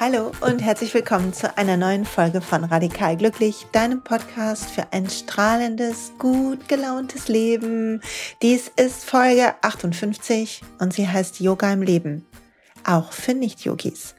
Hallo und herzlich willkommen zu einer neuen Folge von Radikal Glücklich, deinem Podcast für ein strahlendes, gut gelauntes Leben. Dies ist Folge 58 und sie heißt Yoga im Leben, auch für Nicht-Yogis.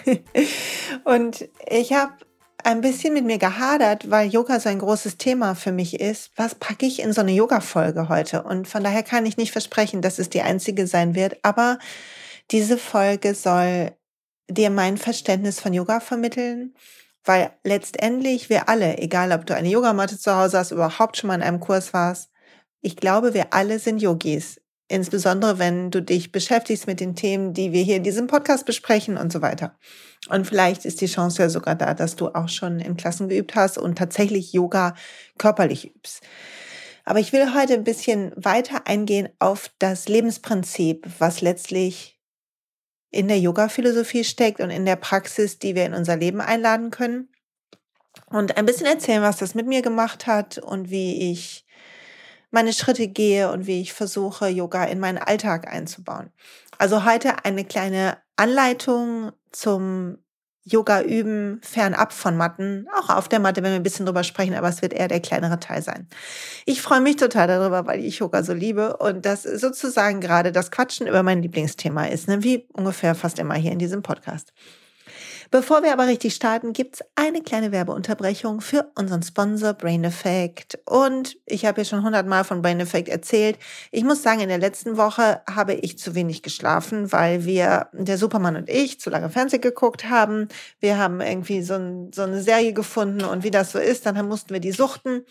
Und ich habe ein bisschen mit mir gehadert, weil Yoga so ein großes Thema für mich ist. Was packe ich in so eine Yoga-Folge heute? Und von daher kann ich nicht versprechen, dass es die einzige sein wird, aber diese Folge soll dir mein Verständnis von Yoga vermitteln, weil letztendlich wir alle, egal ob du eine Yogamatte zu Hause hast, überhaupt schon mal in einem Kurs warst, ich glaube, wir alle sind Yogis. Insbesondere, wenn du dich beschäftigst mit den Themen, die wir hier in diesem Podcast besprechen und so weiter. Und vielleicht ist die Chance ja sogar da, dass du auch schon in Klassen geübt hast und tatsächlich Yoga körperlich übst. Aber ich will heute ein bisschen weiter eingehen auf das Lebensprinzip, was letztlich in der Yoga-Philosophie steckt und in der Praxis, die wir in unser Leben einladen können. Und ein bisschen erzählen, was das mit mir gemacht hat und wie ich meine Schritte gehe und wie ich versuche, Yoga in meinen Alltag einzubauen. Also heute eine kleine Anleitung zum Yoga üben, fernab von Matten. Auch auf der Matte, wenn wir ein bisschen drüber sprechen, aber es wird eher der kleinere Teil sein. Ich freue mich total darüber, weil ich Yoga so liebe und das sozusagen gerade das Quatschen über mein Lieblingsthema ist, ne? Wie ungefähr fast immer hier in diesem Podcast. Bevor wir aber richtig starten, gibt's eine kleine Werbeunterbrechung für unseren Sponsor Brain Effect. Und ich habe ja schon 100-mal von Brain Effect erzählt. Ich muss sagen, in der letzten Woche habe ich zu wenig geschlafen, weil der Supermann und ich, zu lange Fernsehen geguckt haben. Wir haben irgendwie so eine Serie gefunden und wie das so ist, dann mussten wir die suchten.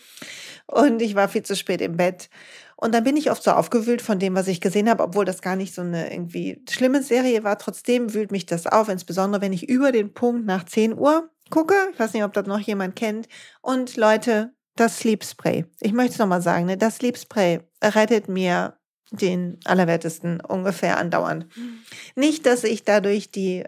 Und ich war viel zu spät im Bett. Und dann bin ich oft so aufgewühlt von dem, was ich gesehen habe, obwohl das gar nicht so eine irgendwie schlimme Serie war. Trotzdem wühlt mich das auf, insbesondere wenn ich über den Punkt nach 10 Uhr gucke. Ich weiß nicht, ob das noch jemand kennt. Und Leute, das Sleep Spray. Ich möchte es nochmal sagen, ne? Das Sleep Spray rettet mir den Allerwertesten ungefähr andauernd. Nicht, dass ich dadurch die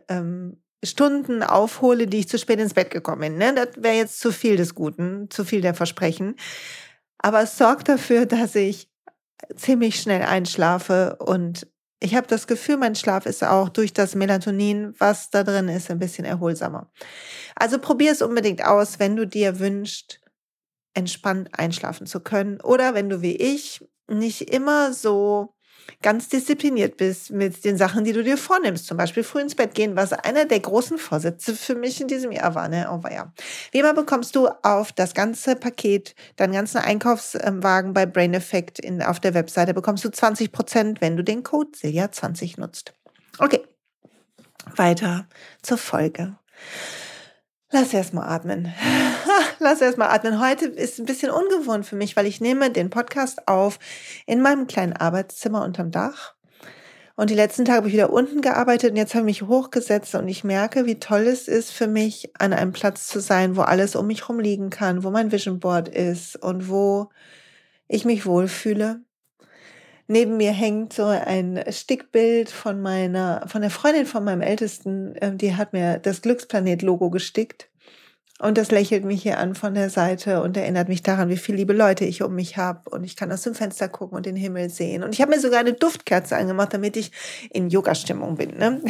Stunden aufhole, die ich zu spät ins Bett gekommen bin. Ne? Das wäre jetzt zu viel des Guten, zu viel der Versprechen. Aber es sorgt dafür, dass ich ziemlich schnell einschlafe und ich habe das Gefühl, mein Schlaf ist auch durch das Melatonin, was da drin ist, ein bisschen erholsamer. Also probier es unbedingt aus, wenn du dir wünschst, entspannt einschlafen zu können oder wenn du wie ich nicht immer so ganz diszipliniert bist mit den Sachen, die du dir vornimmst. Zum Beispiel früh ins Bett gehen, was einer der großen Vorsätze für mich in diesem Jahr war. Ne? Oh, ja. Wie immer bekommst du auf das ganze Paket, deinen ganzen Einkaufswagen bei Brain Effect auf der Webseite, bekommst du 20%, wenn du den Code Silja20 nutzt. Okay, weiter zur Folge. Lass erst mal atmen. Lass erst mal atmen. Heute ist ein bisschen ungewohnt für mich, weil ich nehme den Podcast auf in meinem kleinen Arbeitszimmer unterm Dach. Und die letzten Tage habe ich wieder unten gearbeitet und jetzt habe ich mich hochgesetzt und ich merke, wie toll es ist für mich, an einem Platz zu sein, wo alles um mich herum liegen kann, wo mein Vision Board ist und wo ich mich wohlfühle. Neben mir hängt so ein Stickbild von der Freundin von meinem Ältesten, die hat mir das Glücksplanet-Logo gestickt. Und das lächelt mich hier an von der Seite und erinnert mich daran, wie viele liebe Leute ich um mich habe. Und ich kann aus dem Fenster gucken und den Himmel sehen. Und ich habe mir sogar eine Duftkerze angemacht, damit ich in Yoga-Stimmung bin. Ne?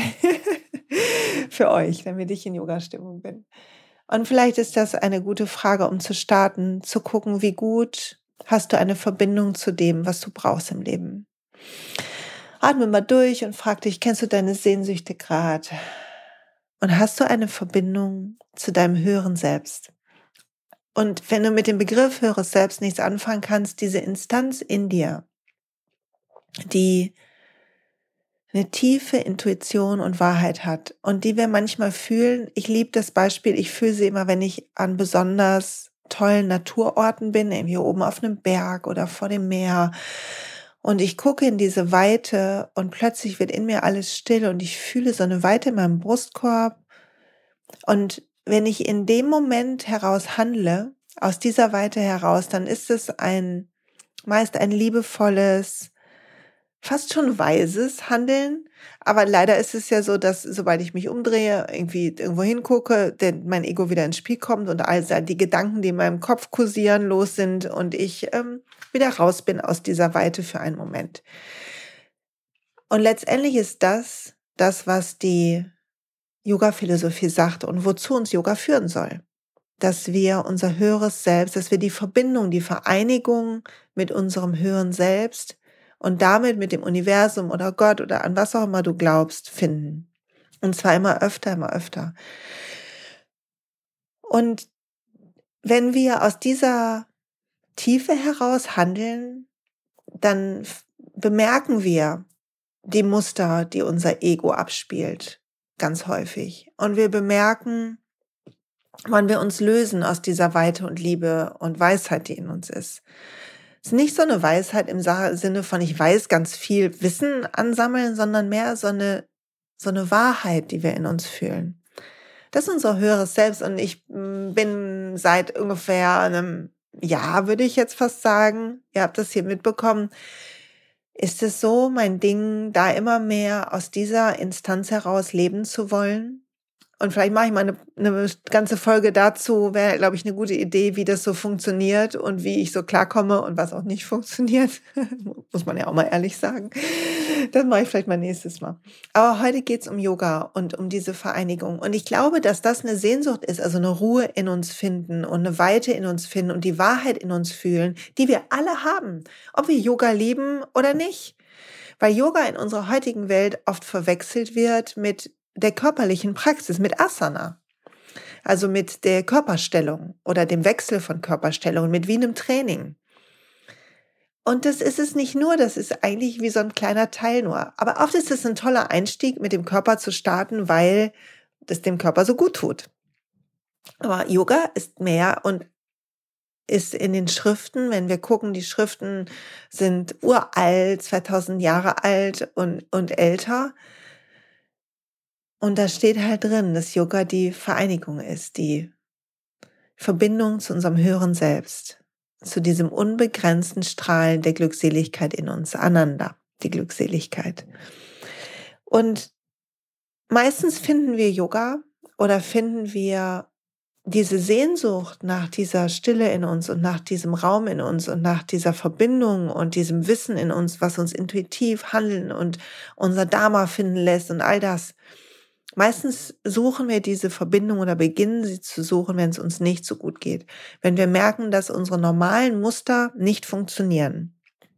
Für euch, damit ich in Yoga-Stimmung bin. Und vielleicht ist das eine gute Frage, um zu starten, zu gucken, wie gut hast du eine Verbindung zu dem, was du brauchst im Leben. Atme mal durch und frag dich, kennst du deine Sehnsüchte gerade? Und hast du eine Verbindung zu deinem höheren Selbst? Und wenn du mit dem Begriff höheres Selbst nichts anfangen kannst, diese Instanz in dir, die eine tiefe Intuition und Wahrheit hat und die wir manchmal fühlen. Ich liebe das Beispiel, ich fühle sie immer, wenn ich an besonders tollen Naturorten bin, irgendwie oben auf einem Berg oder vor dem Meer. Und ich gucke in diese Weite und plötzlich wird in mir alles still und ich fühle so eine Weite in meinem Brustkorb. Und wenn ich in dem Moment heraus handle, aus dieser Weite heraus, dann ist es meist ein liebevolles, fast schon weises Handeln. Aber leider ist es ja so, dass sobald ich mich umdrehe, irgendwie irgendwo hingucke, mein Ego wieder ins Spiel kommt und all die Gedanken, die in meinem Kopf kursieren, los sind und ich wieder raus bin aus dieser Weite für einen Moment. Und letztendlich ist das, was die Yoga-Philosophie sagt und wozu uns Yoga führen soll. Dass wir unser höheres Selbst, dass wir die Verbindung, die Vereinigung mit unserem höheren Selbst und damit mit dem Universum oder Gott oder an was auch immer du glaubst, finden. Und zwar immer öfter, immer öfter. Und wenn wir aus dieser Tiefe heraus handeln, dann bemerken wir die Muster, die unser Ego abspielt, ganz häufig. Und wir bemerken, wann wir uns lösen aus dieser Weite und Liebe und Weisheit, die in uns ist. Es ist nicht so eine Weisheit im Sinne von, ich weiß ganz viel Wissen ansammeln, sondern mehr so eine Wahrheit, die wir in uns fühlen. Das ist unser höheres Selbst und ich bin seit ungefähr einem Jahr, würde ich jetzt fast sagen, ihr habt das hier mitbekommen, ist es so mein Ding, da immer mehr aus dieser Instanz heraus leben zu wollen. Und vielleicht mache ich mal eine ganze Folge dazu, wäre, glaube ich, eine gute Idee, wie das so funktioniert und wie ich so klarkomme und was auch nicht funktioniert. Muss man ja auch mal ehrlich sagen. Das mache ich vielleicht mal nächstes Mal. Aber heute geht es um Yoga und um diese Vereinigung. Und ich glaube, dass das eine Sehnsucht ist, also eine Ruhe in uns finden und eine Weite in uns finden und die Wahrheit in uns fühlen, die wir alle haben, ob wir Yoga lieben oder nicht. Weil Yoga in unserer heutigen Welt oft verwechselt wird mit der körperlichen Praxis, mit Asana, also mit der Körperstellung oder dem Wechsel von Körperstellungen, mit wie einem Training. Und das ist es nicht nur, das ist eigentlich wie so ein kleiner Teil nur. Aber oft ist es ein toller Einstieg, mit dem Körper zu starten, weil das dem Körper so gut tut. Aber Yoga ist mehr und ist in den Schriften, wenn wir gucken, die Schriften sind uralt, 2000 Jahre alt und älter. Und da steht halt drin, dass Yoga die Vereinigung ist, die Verbindung zu unserem höheren Selbst, zu diesem unbegrenzten Strahlen der Glückseligkeit in uns, Ananda, die Glückseligkeit. Und meistens finden wir Yoga oder finden wir diese Sehnsucht nach dieser Stille in uns und nach diesem Raum in uns und nach dieser Verbindung und diesem Wissen in uns, was uns intuitiv handeln und unser Dharma finden lässt und all das. Meistens suchen wir diese Verbindung oder beginnen sie zu suchen, wenn es uns nicht so gut geht. Wenn wir merken, dass unsere normalen Muster nicht funktionieren.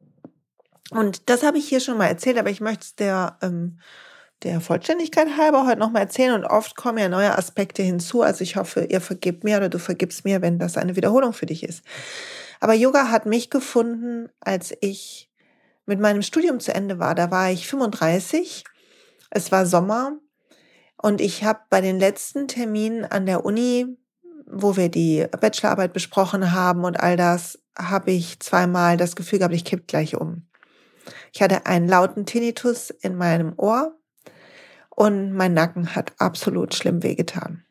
Und das habe ich hier schon mal erzählt, aber ich möchte es der Vollständigkeit halber heute nochmal erzählen. Und oft kommen ja neue Aspekte hinzu. Also ich hoffe, ihr vergebt mir oder du vergibst mir, wenn das eine Wiederholung für dich ist. Aber Yoga hat mich gefunden, als ich mit meinem Studium zu Ende war. Da war ich 35. Es war Sommer. Und ich habe bei den letzten Terminen an der Uni, wo wir die Bachelorarbeit besprochen haben und all das, habe ich zweimal das Gefühl gehabt, ich kipp gleich um. Ich hatte einen lauten Tinnitus in meinem Ohr und mein Nacken hat absolut schlimm wehgetan.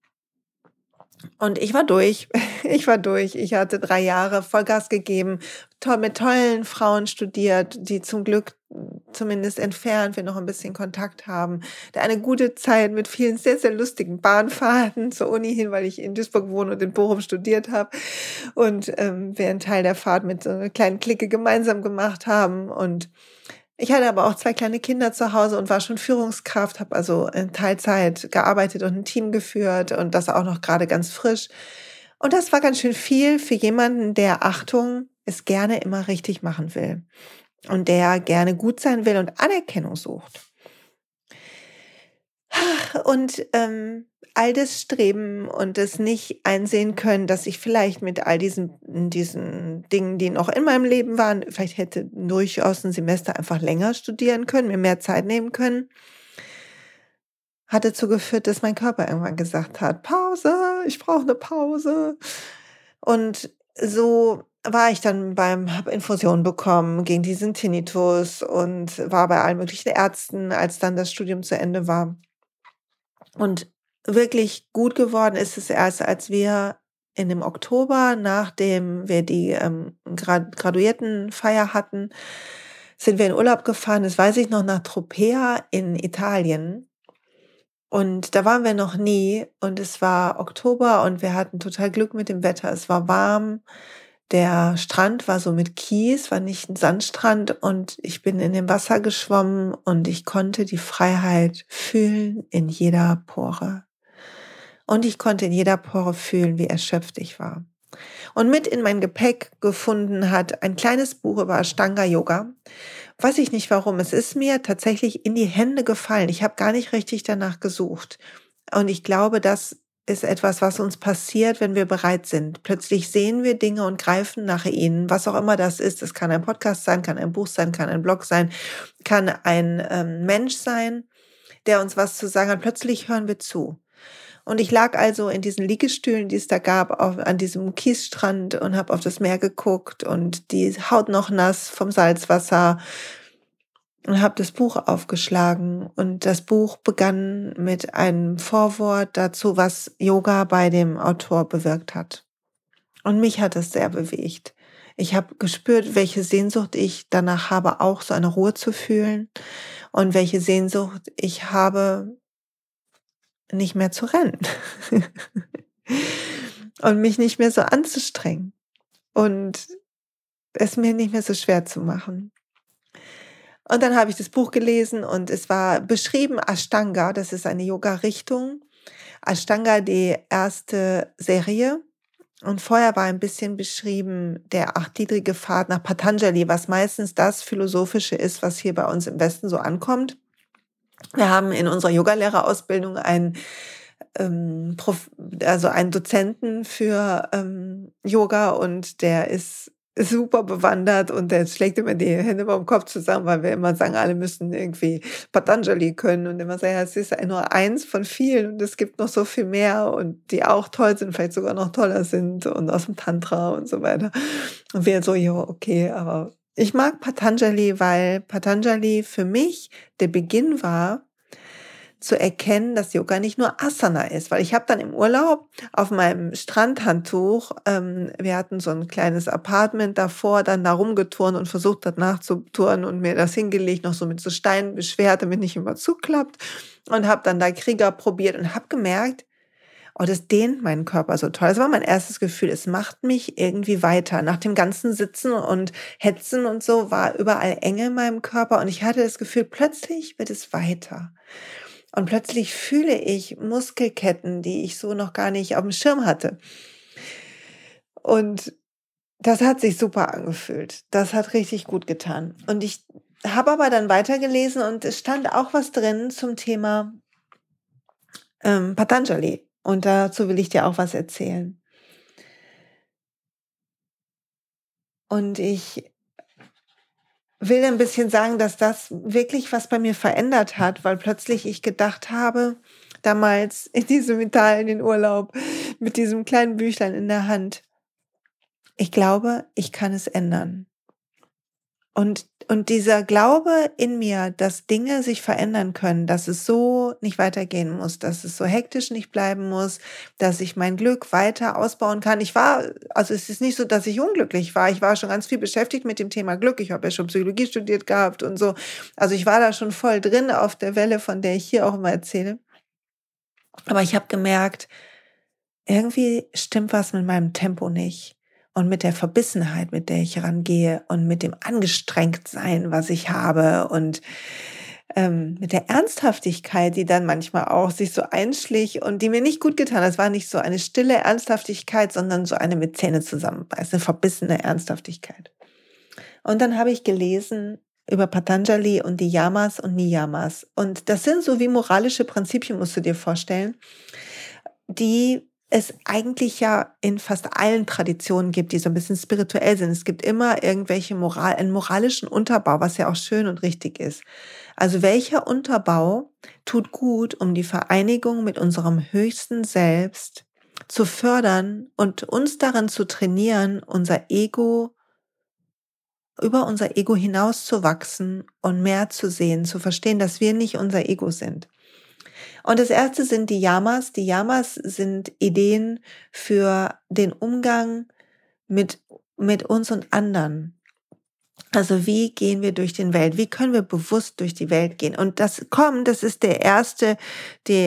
Und ich war durch. Ich war durch. Ich hatte 3 Jahre Vollgas gegeben, mit tollen Frauen studiert, die zum Glück zumindest entfernt wir noch ein bisschen Kontakt haben. Da eine gute Zeit mit vielen sehr, sehr lustigen Bahnfahrten zur Uni hin, weil ich in Duisburg wohne und in Bochum studiert habe. Und wir einen Teil der Fahrt mit so einer kleinen Clique gemeinsam gemacht haben. Und ich hatte aber auch 2 kleine Kinder zu Hause und war schon Führungskraft, habe also in Teilzeit gearbeitet und ein Team geführt und das auch noch gerade ganz frisch. Und das war ganz schön viel für jemanden, der, Achtung, es gerne immer richtig machen will und der gerne gut sein will und Anerkennung sucht. Und all das Streben und das nicht einsehen können, dass ich vielleicht mit all diesen Dingen, die noch in meinem Leben waren, vielleicht hätte durchaus ein Semester einfach länger studieren können, mir mehr Zeit nehmen können, hat dazu geführt, dass mein Körper irgendwann gesagt hat, Pause, ich brauche eine Pause. Und so war ich dann habe Infusionen bekommen gegen diesen Tinnitus und war bei allen möglichen Ärzten, als dann das Studium zu Ende war. Und wirklich gut geworden ist es erst, als wir in dem Oktober, nachdem wir die Graduiertenfeier hatten, sind wir in Urlaub gefahren, das weiß ich noch, nach Tropea in Italien. Und da waren wir noch nie und es war Oktober und wir hatten total Glück mit dem Wetter. Es war warm, der Strand war so mit Kies, war nicht ein Sandstrand und ich bin in dem Wasser geschwommen und ich konnte die Freiheit fühlen in jeder Pore. Und ich konnte in jeder Pore fühlen, wie erschöpft ich war. Und mit in mein Gepäck gefunden hat ein kleines Buch über Ashtanga Yoga. Weiß ich nicht warum. Es ist mir tatsächlich in die Hände gefallen. Ich habe gar nicht richtig danach gesucht. Und ich glaube, das ist etwas, was uns passiert, wenn wir bereit sind. Plötzlich sehen wir Dinge und greifen nach ihnen, was auch immer das ist. Es kann ein Podcast sein, kann ein Buch sein, kann ein Blog sein, kann ein Mensch sein, der uns was zu sagen hat. Plötzlich hören wir zu. Und ich lag also in diesen Liegestühlen, die es da gab, an diesem Kiesstrand und habe auf das Meer geguckt und die Haut noch nass vom Salzwasser und habe das Buch aufgeschlagen. Und das Buch begann mit einem Vorwort dazu, was Yoga bei dem Autor bewirkt hat. Und mich hat es sehr bewegt. Ich habe gespürt, welche Sehnsucht ich danach habe, auch so eine Ruhe zu fühlen und welche Sehnsucht ich habe, nicht mehr zu rennen und mich nicht mehr so anzustrengen und es mir nicht mehr so schwer zu machen. Und dann habe ich das Buch gelesen und es war beschrieben Ashtanga, das ist eine Yoga-Richtung. Ashtanga, die erste Serie. Und vorher war ein bisschen beschrieben der achtgliedrige Pfad nach Patanjali, was meistens das Philosophische ist, was hier bei uns im Westen so ankommt. Wir haben in unserer Yogalehrerausbildung einen einen Dozenten für Yoga und der ist super bewandert und der schlägt immer die Hände über dem Kopf zusammen, weil wir immer sagen, alle müssen irgendwie Patanjali können und immer sagen, ja, es ist nur eins von vielen und es gibt noch so viel mehr und die auch toll sind, vielleicht sogar noch toller sind und aus dem Tantra und so weiter. Und wir so, ja, okay, aber ich mag Patanjali, weil Patanjali für mich der Beginn war, zu erkennen, dass Yoga nicht nur Asana ist, weil ich habe dann im Urlaub auf meinem Strandhandtuch, wir hatten so ein kleines Apartment davor, dann da rumgeturnt und versucht, das nachzuturnen und mir das hingelegt, noch so mit so Steinen beschwert, damit nicht immer zuklappt und habe dann da Krieger probiert und habe gemerkt, oh, das dehnt meinen Körper so toll. Das war mein erstes Gefühl. Es macht mich irgendwie weiter. Nach dem ganzen Sitzen und Hetzen und so war überall Enge in meinem Körper und ich hatte das Gefühl, plötzlich wird es weiter. Und plötzlich fühle ich Muskelketten, die ich so noch gar nicht auf dem Schirm hatte. Und das hat sich super angefühlt. Das hat richtig gut getan. Und ich habe aber dann weitergelesen und es stand auch was drin zum Thema Patanjali. Und dazu will ich dir auch was erzählen. Und ich will ein bisschen sagen, dass das wirklich was bei mir verändert hat, weil plötzlich ich gedacht habe, damals in diesem Italien-Urlaub mit diesem kleinen Büchlein in der Hand, ich glaube, ich kann es ändern. Und dieser Glaube in mir, dass Dinge sich verändern können, dass es so nicht weitergehen muss, dass es so hektisch nicht bleiben muss, dass ich mein Glück weiter ausbauen kann. Also es ist nicht so, dass ich unglücklich war. Ich war schon ganz viel beschäftigt mit dem Thema Glück. Ich habe ja schon Psychologie studiert gehabt und so. Also ich war da schon voll drin auf der Welle, von der ich hier auch immer erzähle. Aber ich habe gemerkt, irgendwie stimmt was mit meinem Tempo nicht. Und mit der Verbissenheit, mit der ich rangehe und mit dem Angestrengtsein, was ich habe und mit der Ernsthaftigkeit, die dann manchmal auch sich so einschlich und die mir nicht gut getan hat. Es war nicht so eine stille Ernsthaftigkeit, sondern so eine mit Zähne zusammenbeißen, eine verbissene Ernsthaftigkeit. Und dann habe ich gelesen über Patanjali und die Yamas und Niyamas. Und das sind so wie moralische Prinzipien, musst du dir vorstellen, die es eigentlich ja in fast allen Traditionen gibt, die so ein bisschen spirituell sind. Es gibt immer irgendwelche einen moralischen Unterbau, was ja auch schön und richtig ist. Also welcher Unterbau tut gut, um die Vereinigung mit unserem höchsten Selbst zu fördern und uns darin zu trainieren, über unser Ego hinauszuwachsen und mehr zu sehen, zu verstehen, dass wir nicht unser Ego sind. Und das erste sind die Yamas. Die Yamas sind Ideen für den Umgang mit uns und anderen. Also wie gehen wir durch die Welt? Wie können wir bewusst durch die Welt gehen? Und das ist der erste,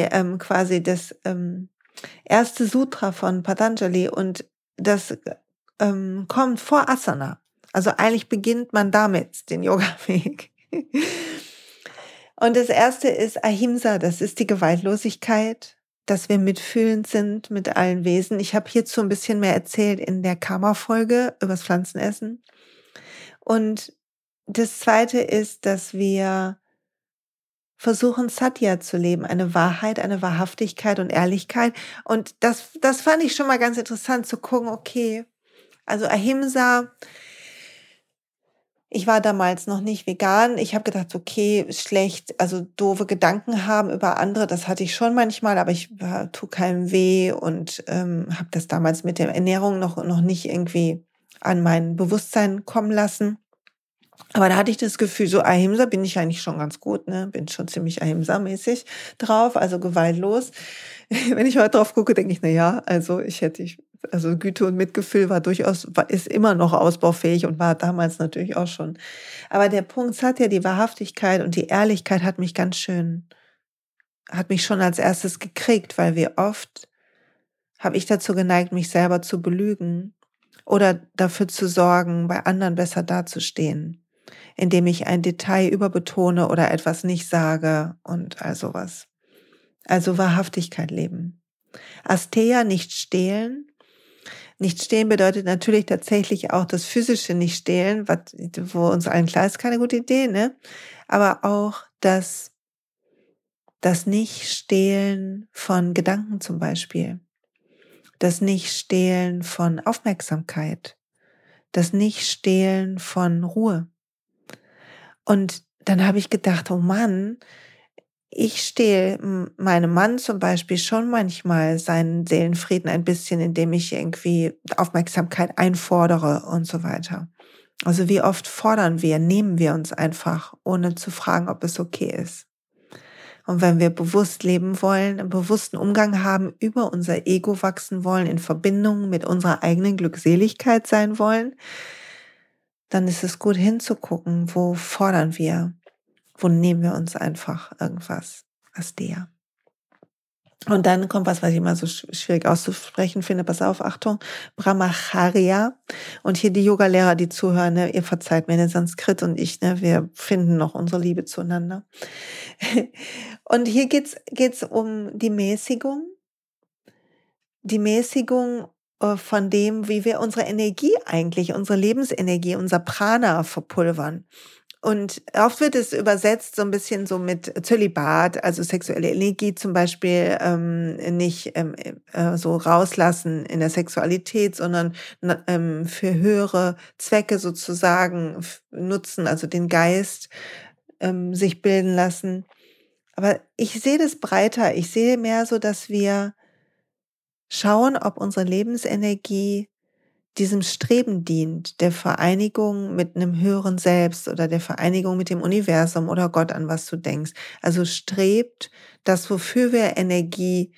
quasi das erste Sutra von Patanjali. Und das kommt vor Asana. Also eigentlich beginnt man damit, den Yoga-Weg. Und das erste ist Ahimsa, das ist die Gewaltlosigkeit, dass wir mitfühlend sind mit allen Wesen. Ich habe hierzu ein bisschen mehr erzählt in der Karma-Folge übers Pflanzenessen. Und das zweite ist, dass wir versuchen, Satya zu leben, eine Wahrheit, eine Wahrhaftigkeit und Ehrlichkeit. Und das fand ich schon mal ganz interessant zu gucken, okay, also Ahimsa, ich war damals noch nicht vegan. Ich habe gedacht, okay, schlecht, also doofe Gedanken haben über andere, das hatte ich schon manchmal, aber ich tue keinem weh und habe das damals mit der Ernährung noch nicht irgendwie an mein Bewusstsein kommen lassen. Aber da hatte ich das Gefühl, so Ahimsa bin ich eigentlich schon ganz gut, ne? Bin schon ziemlich Ahimsa-mäßig drauf, also gewaltlos. Wenn ich heute drauf gucke, denke ich, na ja, also also Güte und Mitgefühl ist immer noch ausbaufähig und war damals natürlich auch schon. Aber der Punkt hat ja die Wahrhaftigkeit und die Ehrlichkeit hat mich schon als erstes gekriegt, weil habe ich dazu geneigt, mich selber zu belügen oder dafür zu sorgen, bei anderen besser dazustehen, indem ich ein Detail überbetone oder etwas nicht sage und all sowas. Also Wahrhaftigkeit leben. Asteya, nicht stehlen. Nicht stehlen bedeutet natürlich tatsächlich auch das physische nicht stehlen, wo uns allen klar ist, keine gute Idee, ne? Aber auch das Nicht-Stehlen von Gedanken zum Beispiel. Das Nicht-Stehlen von Aufmerksamkeit. Das Nicht-Stehlen von Ruhe. Und dann habe ich gedacht, oh Mann, ich stehle meinem Mann zum Beispiel schon manchmal seinen Seelenfrieden ein bisschen, indem ich irgendwie Aufmerksamkeit einfordere und so weiter. Also wie oft nehmen wir uns einfach, ohne zu fragen, ob es okay ist. Und wenn wir bewusst leben wollen, einen bewussten Umgang haben, über unser Ego wachsen wollen, in Verbindung mit unserer eigenen Glückseligkeit sein wollen, dann ist es gut hinzugucken, wo fordern wir, wo nehmen wir uns einfach irgendwas, Asteya. Und dann kommt was ich immer so schwierig auszusprechen finde. Pass auf, Achtung, Brahmacharya. Und hier die Yogalehrer, die zuhören, ne, ihr verzeiht mir den Sanskrit und ich, ne, wir finden noch unsere Liebe zueinander. Und hier geht's um die Mäßigung. Die Mäßigung von dem, wie wir unsere Energie eigentlich, unsere Lebensenergie, unser Prana verpulvern. Und oft wird es übersetzt so ein bisschen so mit Zölibat, also sexuelle Energie zum Beispiel nicht so rauslassen in der Sexualität, sondern für höhere Zwecke sozusagen nutzen, also den Geist sich bilden lassen. Aber ich sehe das breiter. Ich sehe mehr so, dass wir schauen, ob unsere Lebensenergie diesem Streben dient, der Vereinigung mit einem höheren Selbst oder der Vereinigung mit dem Universum oder Gott, an was du denkst. Also strebt das, wofür wir Energie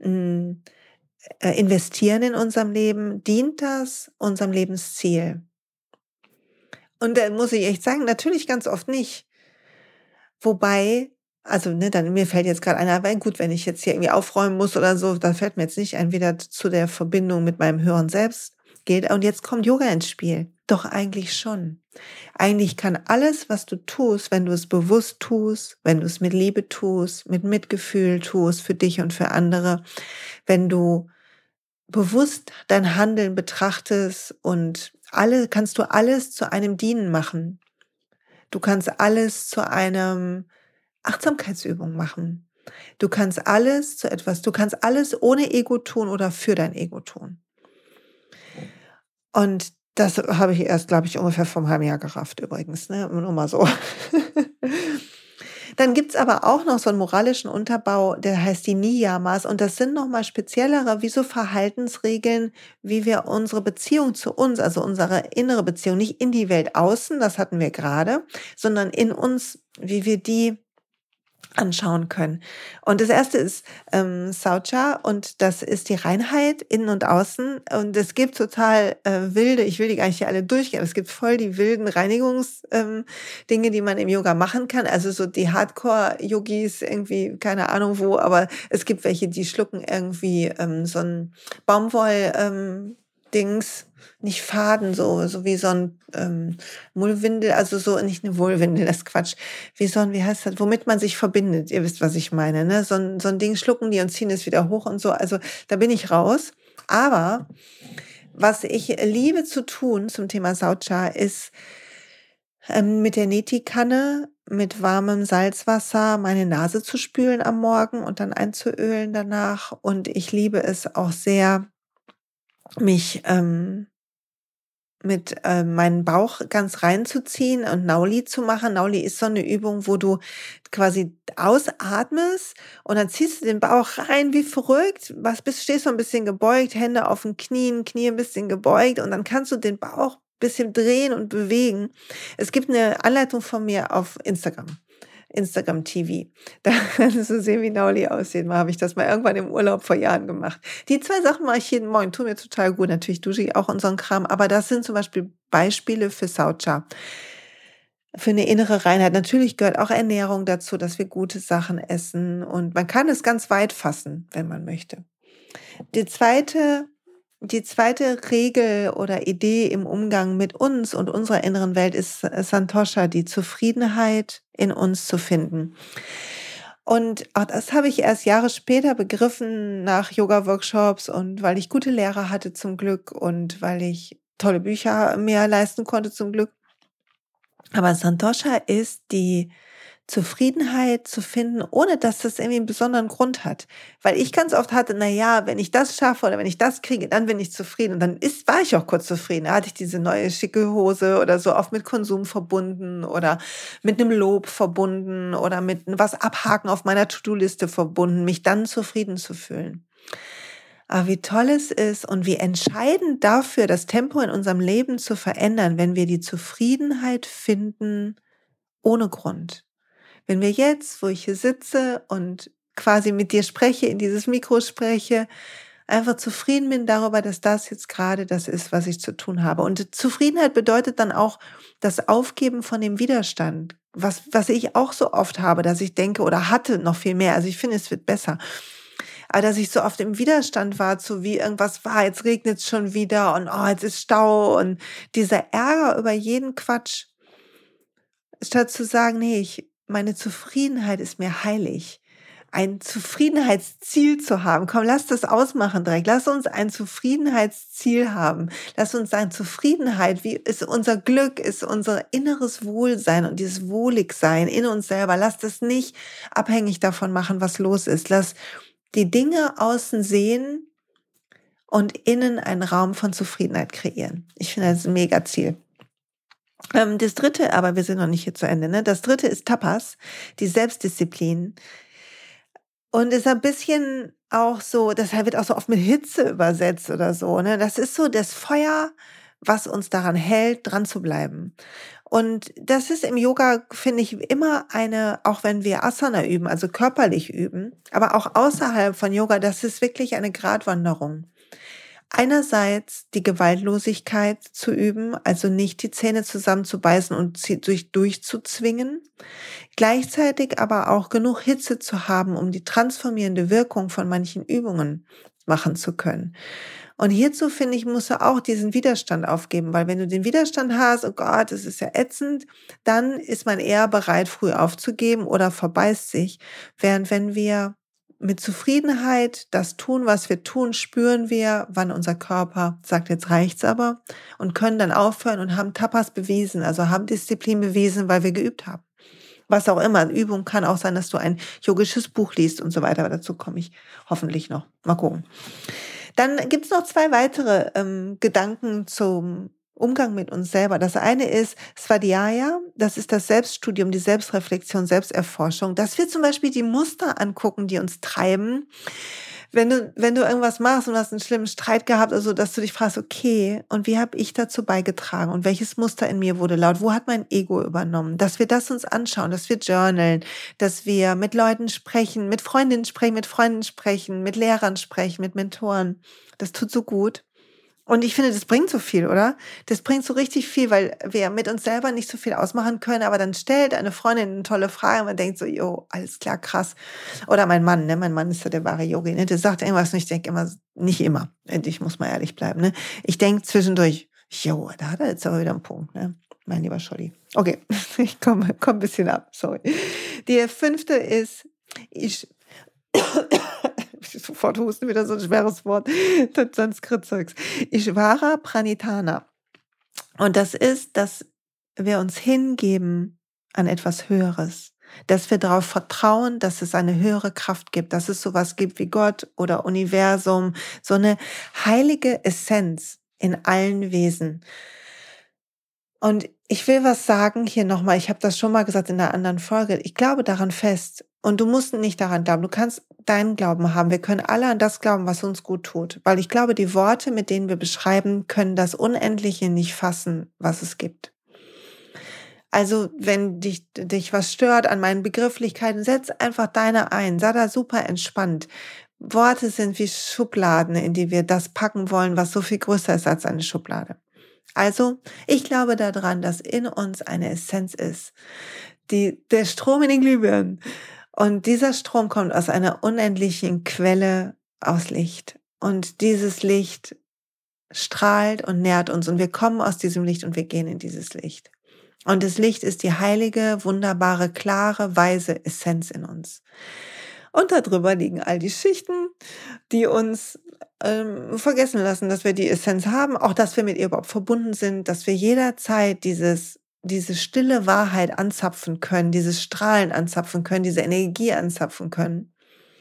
investieren in unserem Leben, dient das unserem Lebensziel? Und da muss ich echt sagen, natürlich ganz oft nicht. Wobei, also ne, dann mir fällt jetzt gerade einer ein, gut, wenn ich jetzt hier irgendwie aufräumen muss oder so, dann fällt mir jetzt nicht ein, wieder zu der Verbindung mit meinem höheren Selbst geht. Und jetzt kommt Yoga ins Spiel. Doch eigentlich schon. Eigentlich kann alles, was du tust, wenn du es bewusst tust, wenn du es mit Liebe tust, mit Mitgefühl tust für dich und für andere, wenn du bewusst dein Handeln betrachtest und kannst du alles zu einem Dienen machen. Du kannst alles zu einem Achtsamkeitsübung machen. Du kannst alles ohne Ego tun oder für dein Ego tun. Und das habe ich erst, glaube ich, ungefähr vor einem halben Jahr gerafft übrigens, ne? Nur mal so. Dann gibt's aber auch noch so einen moralischen Unterbau, der heißt die Niyamas. Und das sind nochmal speziellere, wie so Verhaltensregeln, wie wir unsere Beziehung zu uns, also unsere innere Beziehung, nicht in die Welt außen, das hatten wir gerade, sondern in uns, wie wir die anschauen können. Und das erste ist Saucha und das ist die Reinheit innen und außen. Und es gibt total wilde, ich will die gar nicht hier alle durchgehen, aber es gibt voll die wilden Reinigungsdinge, die man im Yoga machen kann. Also so die Hardcore-Yogis irgendwie, keine Ahnung wo, aber es gibt welche, die schlucken irgendwie so ein Baumwoll Dings, nicht Faden, so wie so ein Mullwindel, also so, nicht eine Mullwindel, das ist Quatsch. Wie heißt das, womit man sich verbindet, ihr wisst, was ich meine, ne? So ein Ding schlucken die und ziehen es wieder hoch und so. Also da bin ich raus. Aber was ich liebe zu tun zum Thema Saucha ist, mit der Neti-Kanne mit warmem Salzwasser meine Nase zu spülen am Morgen und dann einzuölen danach. Und ich liebe es auch sehr, mich mit meinen Bauch ganz reinzuziehen und Nauli zu machen. Nauli ist so eine Übung, wo du quasi ausatmest und dann ziehst du den Bauch rein wie verrückt. Stehst so ein bisschen gebeugt, Hände auf den Knien, Knie ein bisschen gebeugt und dann kannst du den Bauch ein bisschen drehen und bewegen. Es gibt eine Anleitung von mir auf Instagram TV. Da kannst du sehen, wie Nauli aussieht. Mal habe ich das mal irgendwann im Urlaub vor Jahren gemacht. Die 2 Sachen mache ich jeden Morgen, tun mir total gut. Natürlich dusche ich auch und so einen Kram, aber das sind zum Beispiel Beispiele für Saucha, für eine innere Reinheit. Natürlich gehört auch Ernährung dazu, dass wir gute Sachen essen und man kann es ganz weit fassen, wenn man möchte. Die zweite Regel oder Idee im Umgang mit uns und unserer inneren Welt ist Santosha, die Zufriedenheit in uns zu finden. Und auch das habe ich erst Jahre später begriffen nach Yoga-Workshops und weil ich gute Lehrer hatte zum Glück und weil ich tolle Bücher mir leisten konnte zum Glück. Aber Santosha ist die Zufriedenheit zu finden, ohne dass das irgendwie einen besonderen Grund hat. Weil ich ganz oft hatte, na ja, wenn ich das schaffe oder wenn ich das kriege, dann bin ich zufrieden. Und dann war ich auch kurz zufrieden. Da hatte ich diese neue schicke Hose oder so, oft mit Konsum verbunden oder mit einem Lob verbunden oder mit was abhaken auf meiner To-Do-Liste verbunden, mich dann zufrieden zu fühlen. Aber wie toll es ist und wie entscheidend dafür, das Tempo in unserem Leben zu verändern, wenn wir die Zufriedenheit finden ohne Grund. Wenn wir jetzt, wo ich hier sitze und quasi mit dir spreche, in dieses Mikro spreche, einfach zufrieden bin darüber, dass das jetzt gerade das ist, was ich zu tun habe. Und Zufriedenheit bedeutet dann auch das Aufgeben von dem Widerstand, was ich auch so oft habe, dass ich denke oder hatte noch viel mehr. Also ich finde, es wird besser. Aber dass ich so oft im Widerstand war, zu wie irgendwas war, jetzt regnet es schon wieder und oh, jetzt ist Stau und dieser Ärger über jeden Quatsch, statt zu sagen, nee, meine Zufriedenheit ist mir heilig. Ein Zufriedenheitsziel zu haben. Komm, lass das ausmachen direkt. Lass uns ein Zufriedenheitsziel haben. Lass uns sagen, Zufriedenheit, wie ist unser Glück, ist unser inneres Wohlsein und dieses Wohligsein in uns selber. Lass das nicht abhängig davon machen, was los ist. Lass die Dinge außen sehen und innen einen Raum von Zufriedenheit kreieren. Ich finde, das ist ein Mega-Ziel. Das dritte, aber wir sind noch nicht hier zu Ende, ne? Das dritte ist Tapas, die Selbstdisziplin. Und ist ein bisschen auch so, das wird auch so oft mit Hitze übersetzt oder so, ne? Das ist so das Feuer, was uns daran hält, dran zu bleiben. Und das ist im Yoga, finde ich, immer auch wenn wir Asana üben, also körperlich üben, aber auch außerhalb von Yoga, das ist wirklich eine Gratwanderung. Einerseits die Gewaltlosigkeit zu üben, also nicht die Zähne zusammenzubeißen und sie durchzuzwingen, gleichzeitig aber auch genug Hitze zu haben, um die transformierende Wirkung von manchen Übungen machen zu können. Und hierzu, finde ich, musst du auch diesen Widerstand aufgeben, weil wenn du den Widerstand hast, oh Gott, das ist ja ätzend, dann ist man eher bereit, früh aufzugeben oder verbeißt sich. Während wenn wir mit Zufriedenheit das tun, was wir tun, spüren wir, wann unser Körper sagt, jetzt reicht's aber und können dann aufhören und haben Tapas bewiesen, also haben Disziplin bewiesen, weil wir geübt haben. Was auch immer, Übung kann auch sein, dass du ein yogisches Buch liest und so weiter, aber dazu komme ich hoffentlich noch. Mal gucken. Dann gibt's noch 2 weitere Gedanken zum Umgang mit uns selber. Das eine ist Svadhyaya, das ist das Selbststudium, die Selbstreflexion, Selbsterforschung, dass wir zum Beispiel die Muster angucken, die uns treiben. Wenn du irgendwas machst und hast einen schlimmen Streit gehabt, also dass du dich fragst, okay, und wie habe ich dazu beigetragen und welches Muster in mir wurde laut, wo hat mein Ego übernommen, dass wir das uns anschauen, dass wir journalen, dass wir mit Leuten sprechen, mit Freundinnen sprechen, mit Freunden sprechen, mit Lehrern sprechen, mit Mentoren. Das tut so gut. Und ich finde, das bringt so viel, oder? Das bringt so richtig viel, weil wir mit uns selber nicht so viel ausmachen können, aber dann stellt eine Freundin eine tolle Frage und man denkt so, jo, alles klar, krass. Oder mein Mann, ne? Mein Mann ist ja der wahre Yogi, ne? Der sagt irgendwas und ich denke immer, nicht immer. Ich muss mal ehrlich bleiben, ne? Ich denke zwischendurch, jo, da hat er jetzt aber wieder einen Punkt, ne? Mein lieber Scholli. Okay, ich komme ein bisschen ab, sorry. Die 5. ist, ich sofort husten, wieder so ein schweres Wort, das Sanskrit-Zeugs. Ishvara Pranitana. Und das ist, dass wir uns hingeben an etwas Höheres. Dass wir darauf vertrauen, dass es eine höhere Kraft gibt, dass es sowas gibt wie Gott oder Universum, so eine heilige Essenz in allen Wesen. Und ich will was sagen hier nochmal, ich habe das schon mal gesagt in einer anderen Folge, ich glaube daran fest und du musst nicht daran glauben, du kannst deinen Glauben haben, wir können alle an das glauben, was uns gut tut, weil ich glaube, die Worte, mit denen wir beschreiben, können das Unendliche nicht fassen, was es gibt. Also wenn dich was stört an meinen Begrifflichkeiten, setz einfach deine ein, sei da super entspannt. Worte sind wie Schubladen, in die wir das packen wollen, was so viel größer ist als eine Schublade. Also, ich glaube daran, dass in uns eine Essenz ist, der Strom in den Glühbirnen. Und dieser Strom kommt aus einer unendlichen Quelle aus Licht. Und dieses Licht strahlt und nährt uns. Und wir kommen aus diesem Licht und wir gehen in dieses Licht. Und das Licht ist die heilige, wunderbare, klare, weise Essenz in uns. Und darüber liegen all die Schichten, die uns vergessen lassen, dass wir die Essenz haben, auch dass wir mit ihr überhaupt verbunden sind, dass wir jederzeit diese stille Wahrheit anzapfen können, dieses Strahlen anzapfen können, diese Energie anzapfen können.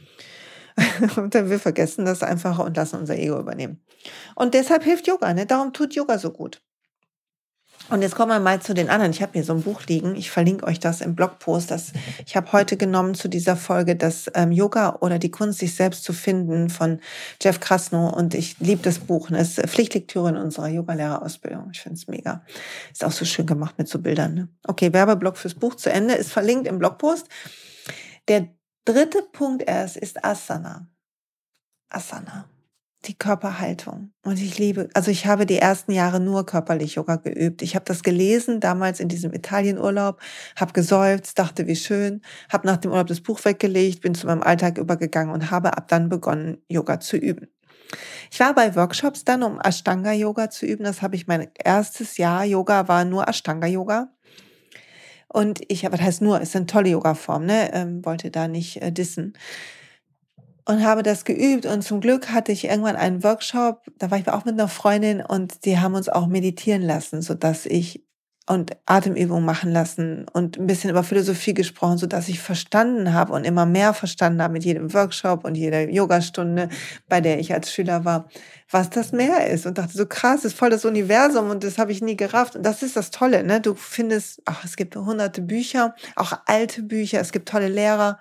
Und dann wir vergessen das einfach und lassen unser Ego übernehmen. Und deshalb hilft Yoga, ne? Darum tut Yoga so gut. Und jetzt kommen wir mal zu den anderen. Ich habe hier so ein Buch liegen. Ich verlinke euch das im Blogpost. Ich habe heute genommen zu dieser Folge das Yoga oder die Kunst, sich selbst zu finden von Jeff Krasno. Und ich liebe das Buch. Es ist Pflichtlektüre in unserer Yogalehrerausbildung. Ich finde es mega. Ist auch so schön gemacht mit so Bildern. Ne? Okay, Werbeblock fürs Buch zu Ende. Ist verlinkt im Blogpost. Der 3. Punkt erst ist Asana. Asana. Die Körperhaltung. Und ich habe die ersten Jahre nur körperlich Yoga geübt. Ich habe das gelesen, damals in diesem Italienurlaub, habe geseufzt, dachte, wie schön, habe nach dem Urlaub das Buch weggelegt, bin zu meinem Alltag übergegangen und habe ab dann begonnen, Yoga zu üben. Ich war bei Workshops dann, um Ashtanga-Yoga zu üben. Das habe ich mein erstes Jahr. Yoga war nur Ashtanga-Yoga. Und was heißt nur, ist eine tolle Yoga-Form, ne? Wollte da nicht dissen. Und habe das geübt und zum Glück hatte ich irgendwann einen Workshop, da war ich auch mit einer Freundin und die haben uns auch meditieren lassen, und Atemübungen machen lassen und ein bisschen über Philosophie gesprochen, sodass ich verstanden habe und immer mehr verstanden habe mit jedem Workshop und jeder Yogastunde, bei der ich als Schüler war, was das Meer ist und dachte so krass, das ist voll das Universum und das habe ich nie gerafft und das ist das Tolle, ne? Du findest, es gibt hunderte Bücher, auch alte Bücher, es gibt tolle Lehrer.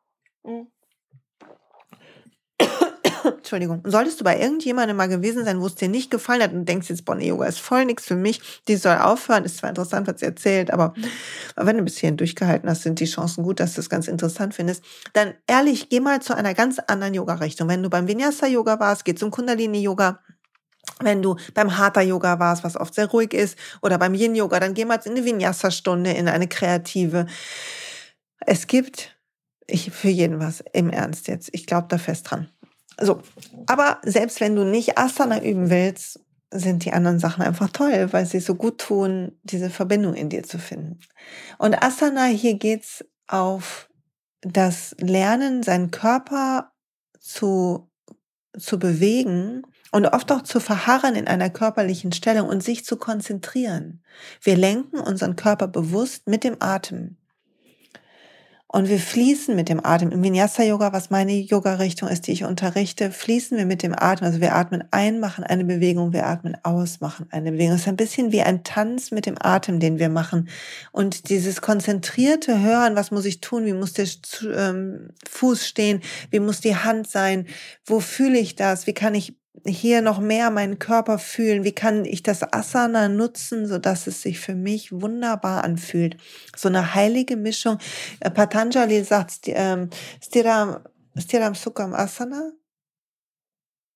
Entschuldigung. Und solltest du bei irgendjemandem mal gewesen sein, wo es dir nicht gefallen hat und denkst jetzt, Yoga ist voll nichts für mich, die soll aufhören, ist zwar interessant, was sie erzählt, aber wenn du bis hierhin durchgehalten hast, sind die Chancen gut, dass du es ganz interessant findest. Dann ehrlich, geh mal zu einer ganz anderen Yoga-Richtung. Wenn du beim Vinyasa-Yoga warst, geh zum Kundalini-Yoga. Wenn du beim Hatha-Yoga warst, was oft sehr ruhig ist, oder beim Yin-Yoga, dann geh mal in eine Vinyasa-Stunde, in eine kreative. Es gibt für jeden was, im Ernst jetzt. Ich glaube da fest dran. So, aber selbst wenn du nicht Asana üben willst, sind die anderen Sachen einfach toll, weil sie so gut tun, diese Verbindung in dir zu finden. Und Asana, hier geht's auf das Lernen, seinen Körper zu bewegen und oft auch zu verharren in einer körperlichen Stellung und sich zu konzentrieren. Wir lenken unseren Körper bewusst mit dem Atem. Und wir fließen mit dem Atem. Im Vinyasa-Yoga, was meine Yoga-Richtung ist, die ich unterrichte, fließen wir mit dem Atem. Also wir atmen ein, machen eine Bewegung, wir atmen aus, machen eine Bewegung. Es ist ein bisschen wie ein Tanz mit dem Atem, den wir machen. Und dieses konzentrierte Hören, was muss ich tun, wie muss der Fuß stehen, wie muss die Hand sein, wo fühle ich das, wie kann ich hier noch mehr meinen Körper fühlen, wie kann ich das Asana nutzen, sodass es sich für mich wunderbar anfühlt. So eine heilige Mischung. Patanjali sagt Stiram Sukham Asana.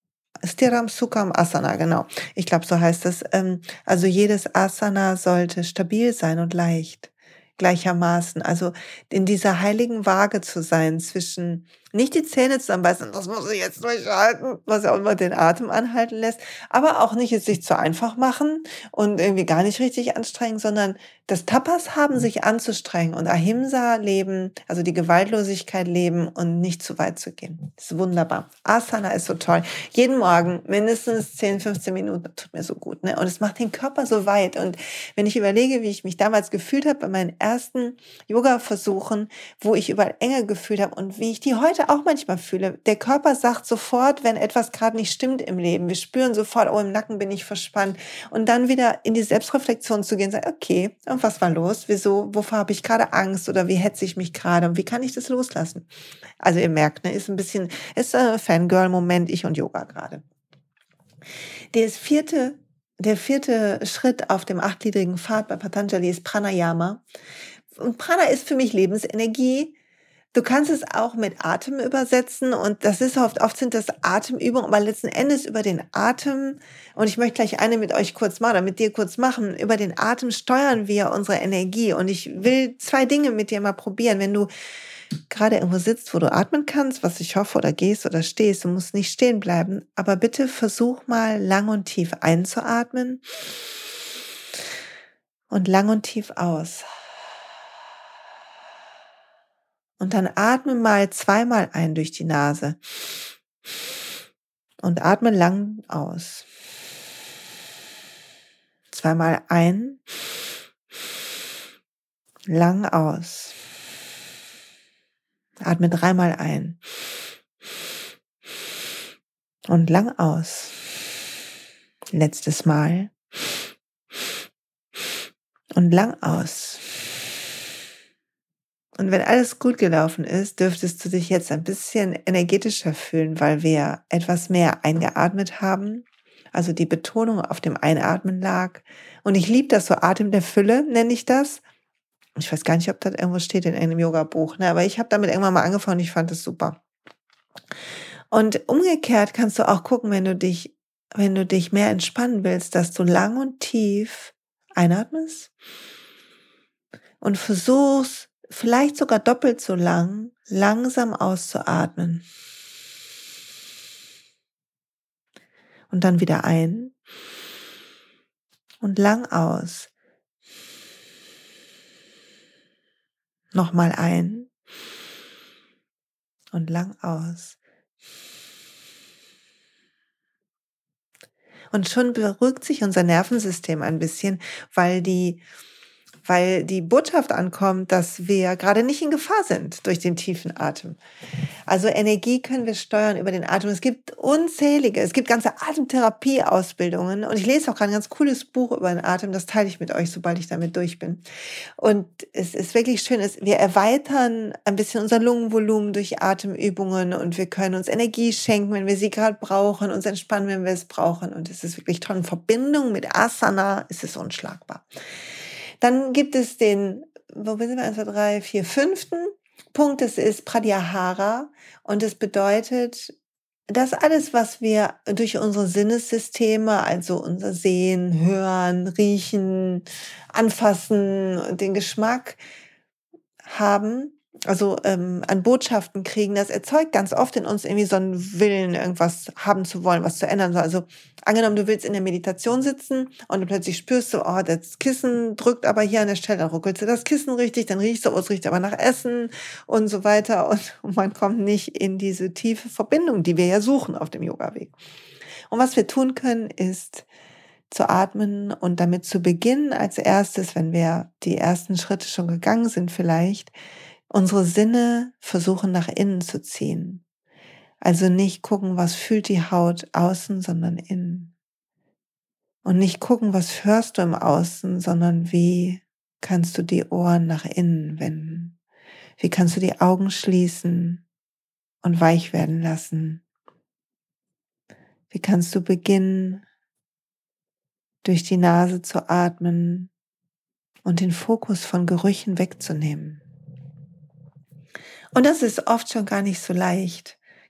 Stiram Sukham Asana, genau. Ich glaube, so heißt es. Also jedes Asana sollte stabil sein und leicht, gleichermaßen. Also in dieser heiligen Waage zu sein zwischen nicht die Zähne zusammenbeißen, das muss ich jetzt durchhalten, was ja auch immer den Atem anhalten lässt, aber auch nicht es sich zu einfach machen und irgendwie gar nicht richtig anstrengen, sondern das Tapas haben, sich anzustrengen und Ahimsa leben, also die Gewaltlosigkeit leben und nicht zu weit zu gehen. Das ist wunderbar. Asana ist so toll. Jeden Morgen mindestens 10, 15 Minuten, das tut mir so gut, ne? Und es macht den Körper so weit. Und wenn ich überlege, wie ich mich damals gefühlt habe bei meinen ersten Yoga-Versuchen, wo ich überall enge gefühlt habe und wie ich die heute auch manchmal fühle. Der Körper sagt sofort, wenn etwas gerade nicht stimmt im Leben. Wir spüren sofort, oh, im Nacken bin ich verspannt. Und dann wieder in die Selbstreflexion zu gehen, sagen, okay, und was war los? Wieso? Wovor habe ich gerade Angst? Oder wie hetze ich mich gerade? Und wie kann ich das loslassen? Also ihr merkt, ne, ist ein bisschen, ist ein Fangirl-Moment, ich und Yoga gerade. Der vierte Schritt auf dem 8-gliedrigen Pfad bei Patanjali ist Pranayama. Und Prana ist für mich Lebensenergie. Du kannst es auch mit Atem übersetzen und das ist oft sind das Atemübungen, aber letzten Endes über den Atem, und ich möchte gleich eine mit euch kurz machen, oder mit dir kurz machen, über den Atem steuern wir unsere Energie und ich will 2 Dinge mit dir mal probieren. Wenn du gerade irgendwo sitzt, wo du atmen kannst, was ich hoffe, oder gehst oder stehst, du musst nicht stehen bleiben, aber bitte versuch mal lang und tief einzuatmen und lang und tief aus. Und dann atme mal 2-mal ein durch die Nase und atme lang aus. 2-mal ein, lang aus. Atme 3-mal ein und lang aus. Letztes Mal und lang aus. Und wenn alles gut gelaufen ist, dürftest du dich jetzt ein bisschen energetischer fühlen, weil wir etwas mehr eingeatmet haben. Also die Betonung auf dem Einatmen lag. Und ich liebe das so, Atem der Fülle nenne ich das. Ich weiß gar nicht, ob das irgendwo steht in einem Yoga-Buch, ne? Aber ich habe damit irgendwann mal angefangen und ich fand das super. Und umgekehrt kannst du auch gucken, wenn du dich mehr entspannen willst, dass du lang und tief einatmest und versuchst, vielleicht sogar doppelt so lang, langsam auszuatmen. Und dann wieder ein und lang aus. Nochmal ein und lang aus. Und schon beruhigt sich unser Nervensystem ein bisschen, weil die Botschaft ankommt, dass wir gerade nicht in Gefahr sind durch den tiefen Atem. Also Energie können wir steuern über den Atem. Es gibt ganze Atemtherapie-Ausbildungen und ich lese auch gerade ein ganz cooles Buch über den Atem, das teile ich mit euch, sobald ich damit durch bin. Und es ist wirklich schön, wir erweitern ein bisschen unser Lungenvolumen durch Atemübungen und wir können uns Energie schenken, wenn wir sie gerade brauchen, uns entspannen, wenn wir es brauchen, und es ist wirklich toll. In Verbindung mit Asana ist es unschlagbar. Dann gibt es wo sind wir, 1, 2, 3, 4, 5. Punkt, das ist Pratyahara, und es bedeutet, dass alles, was wir durch unsere Sinnessysteme, also unser Sehen, Hören, Riechen, Anfassen, den Geschmack haben, also an Botschaften kriegen, das erzeugt ganz oft in uns irgendwie so einen Willen, irgendwas haben zu wollen, was zu ändern. Also angenommen, du willst in der Meditation sitzen und du plötzlich spürst du, oh, das Kissen drückt aber hier an der Stelle, dann ruckelst du das Kissen richtig, dann riechst du, oh, es riecht aber nach Essen und so weiter. Und man kommt nicht in diese tiefe Verbindung, die wir ja suchen auf dem Yoga-Weg. Und was wir tun können, ist zu atmen und damit zu beginnen als erstes, wenn wir die ersten Schritte schon gegangen sind vielleicht, unsere Sinne versuchen nach innen zu ziehen. Also nicht gucken, was fühlt die Haut außen, sondern innen. Und nicht gucken, was hörst du im Außen, sondern wie kannst du die Ohren nach innen wenden? Wie kannst du die Augen schließen und weich werden lassen? Wie kannst du beginnen, durch die Nase zu atmen und den Fokus von Gerüchen wegzunehmen? Und das ist oft schon gar nicht so leicht.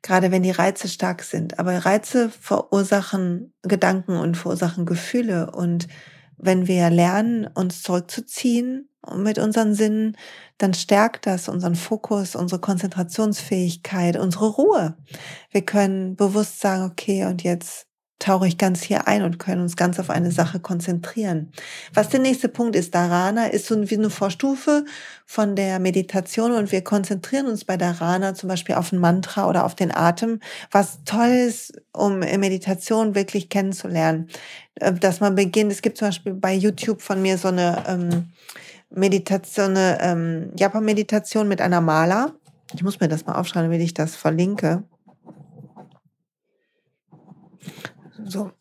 gerade wenn die Reize stark sind. Aber Reize verursachen Gedanken und verursachen Gefühle. Und wenn wir lernen, uns zurückzuziehen mit unseren Sinnen, dann stärkt das unseren Fokus, unsere Konzentrationsfähigkeit, unsere Ruhe. Wir können bewusst sagen, okay, und jetzt tauche ich ganz hier ein und können uns ganz auf eine Sache konzentrieren. Was der nächste Punkt ist, Dharana ist so wie eine Vorstufe von der Meditation und wir konzentrieren uns bei Dharana zum Beispiel auf ein Mantra oder auf den Atem, was toll ist, um Meditation wirklich kennenzulernen. Dass man beginnt, es gibt zum Beispiel bei YouTube von mir so eine Meditation, eine Japa-Meditation mit einer Mala. Ich muss mir das mal aufschreiben, damit ich das verlinke. So,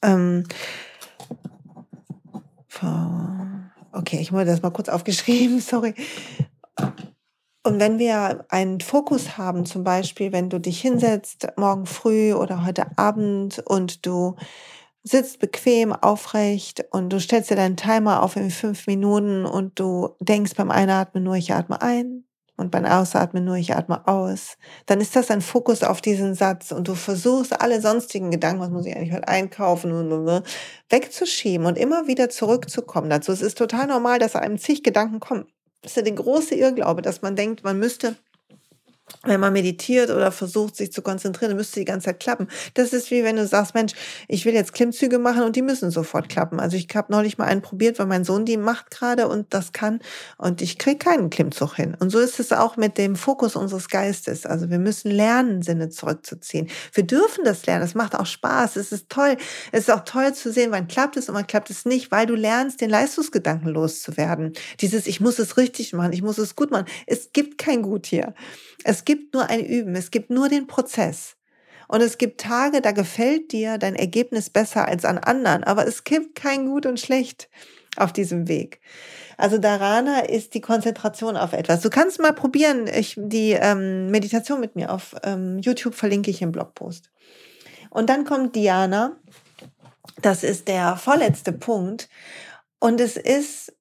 okay, ich habe das mal kurz aufgeschrieben, sorry. Und wenn wir einen Fokus haben, zum Beispiel, wenn du dich hinsetzt, morgen früh oder heute Abend und du sitzt bequem, aufrecht und du stellst dir deinen Timer auf in 5 Minuten und du denkst beim Einatmen nur, ich atme ein und beim Ausatmen nur, ich atme aus, dann ist das ein Fokus auf diesen Satz und du versuchst, alle sonstigen Gedanken, was muss ich eigentlich heute einkaufen, wegzuschieben und immer wieder zurückzukommen dazu. Es ist total normal, dass einem zig Gedanken kommen. Das ist ja der große Irrglaube, dass man denkt, man müsste, wenn man meditiert oder versucht, sich zu konzentrieren, dann müsste die ganze Zeit klappen. Das ist wie wenn du sagst, Mensch, ich will jetzt Klimmzüge machen und die müssen sofort klappen. Also ich habe neulich mal einen probiert, weil mein Sohn die macht gerade und das kann und ich kriege keinen Klimmzug hin. Und so ist es auch mit dem Fokus unseres Geistes. Also wir müssen lernen, Sinne zurückzuziehen. Wir dürfen das lernen. Es macht auch Spaß. Es ist toll. Es ist auch toll zu sehen, wann klappt es und wann klappt es nicht, weil du lernst, den Leistungsgedanken loszuwerden. Dieses, ich muss es richtig machen, ich muss es gut machen. Es gibt kein Gut hier. Es gibt nur ein Üben, es gibt nur den Prozess. Und es gibt Tage, da gefällt dir dein Ergebnis besser als an anderen, aber es gibt kein Gut und Schlecht auf diesem Weg. Also Dharana ist die Konzentration auf etwas. Du kannst mal probieren, die Meditation mit mir auf YouTube verlinke ich im Blogpost. Und dann kommt Dhyana, das ist der vorletzte Punkt. Und es ist,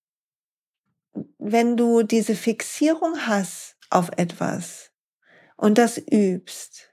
wenn du diese Fixierung hast auf etwas und das übst,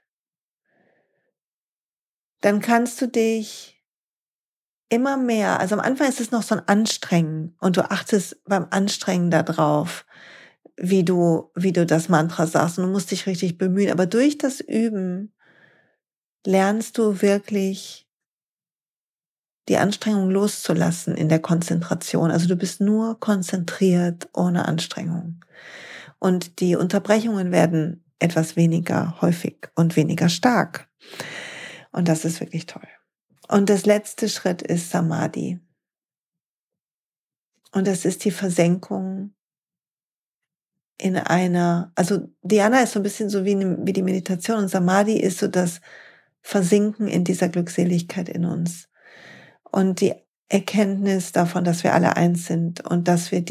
dann kannst du dich immer mehr, also am Anfang ist es noch so ein Anstrengen und du achtest beim Anstrengen darauf, wie du das Mantra sagst und du musst dich richtig bemühen, aber durch das Üben lernst du wirklich die Anstrengung loszulassen in der Konzentration. Also du bist nur konzentriert ohne Anstrengung. Und die Unterbrechungen werden etwas weniger häufig und weniger stark. Und das ist wirklich toll. Und das letzte Schritt ist Samadhi. Und das ist die Versenkung in einer, also Dhyana ist so ein bisschen so wie die Meditation und Samadhi ist so das Versinken in dieser Glückseligkeit in uns. Und die Erkenntnis davon, dass wir alle eins sind und dass wir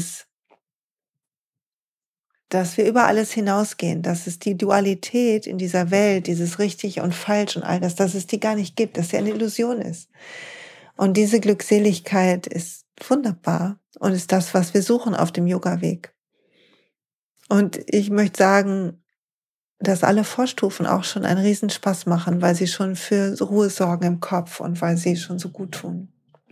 über alles hinausgehen, dass es die Dualität in dieser Welt, dieses richtig und falsch und all das, dass es die gar nicht gibt, dass sie eine Illusion ist. Und diese Glückseligkeit ist wunderbar und ist das, was wir suchen auf dem Yoga-Weg. Und ich möchte sagen, dass alle Vorstufen auch schon einen Riesenspaß machen, weil sie schon für Ruhe sorgen im Kopf und weil sie schon so gut tun.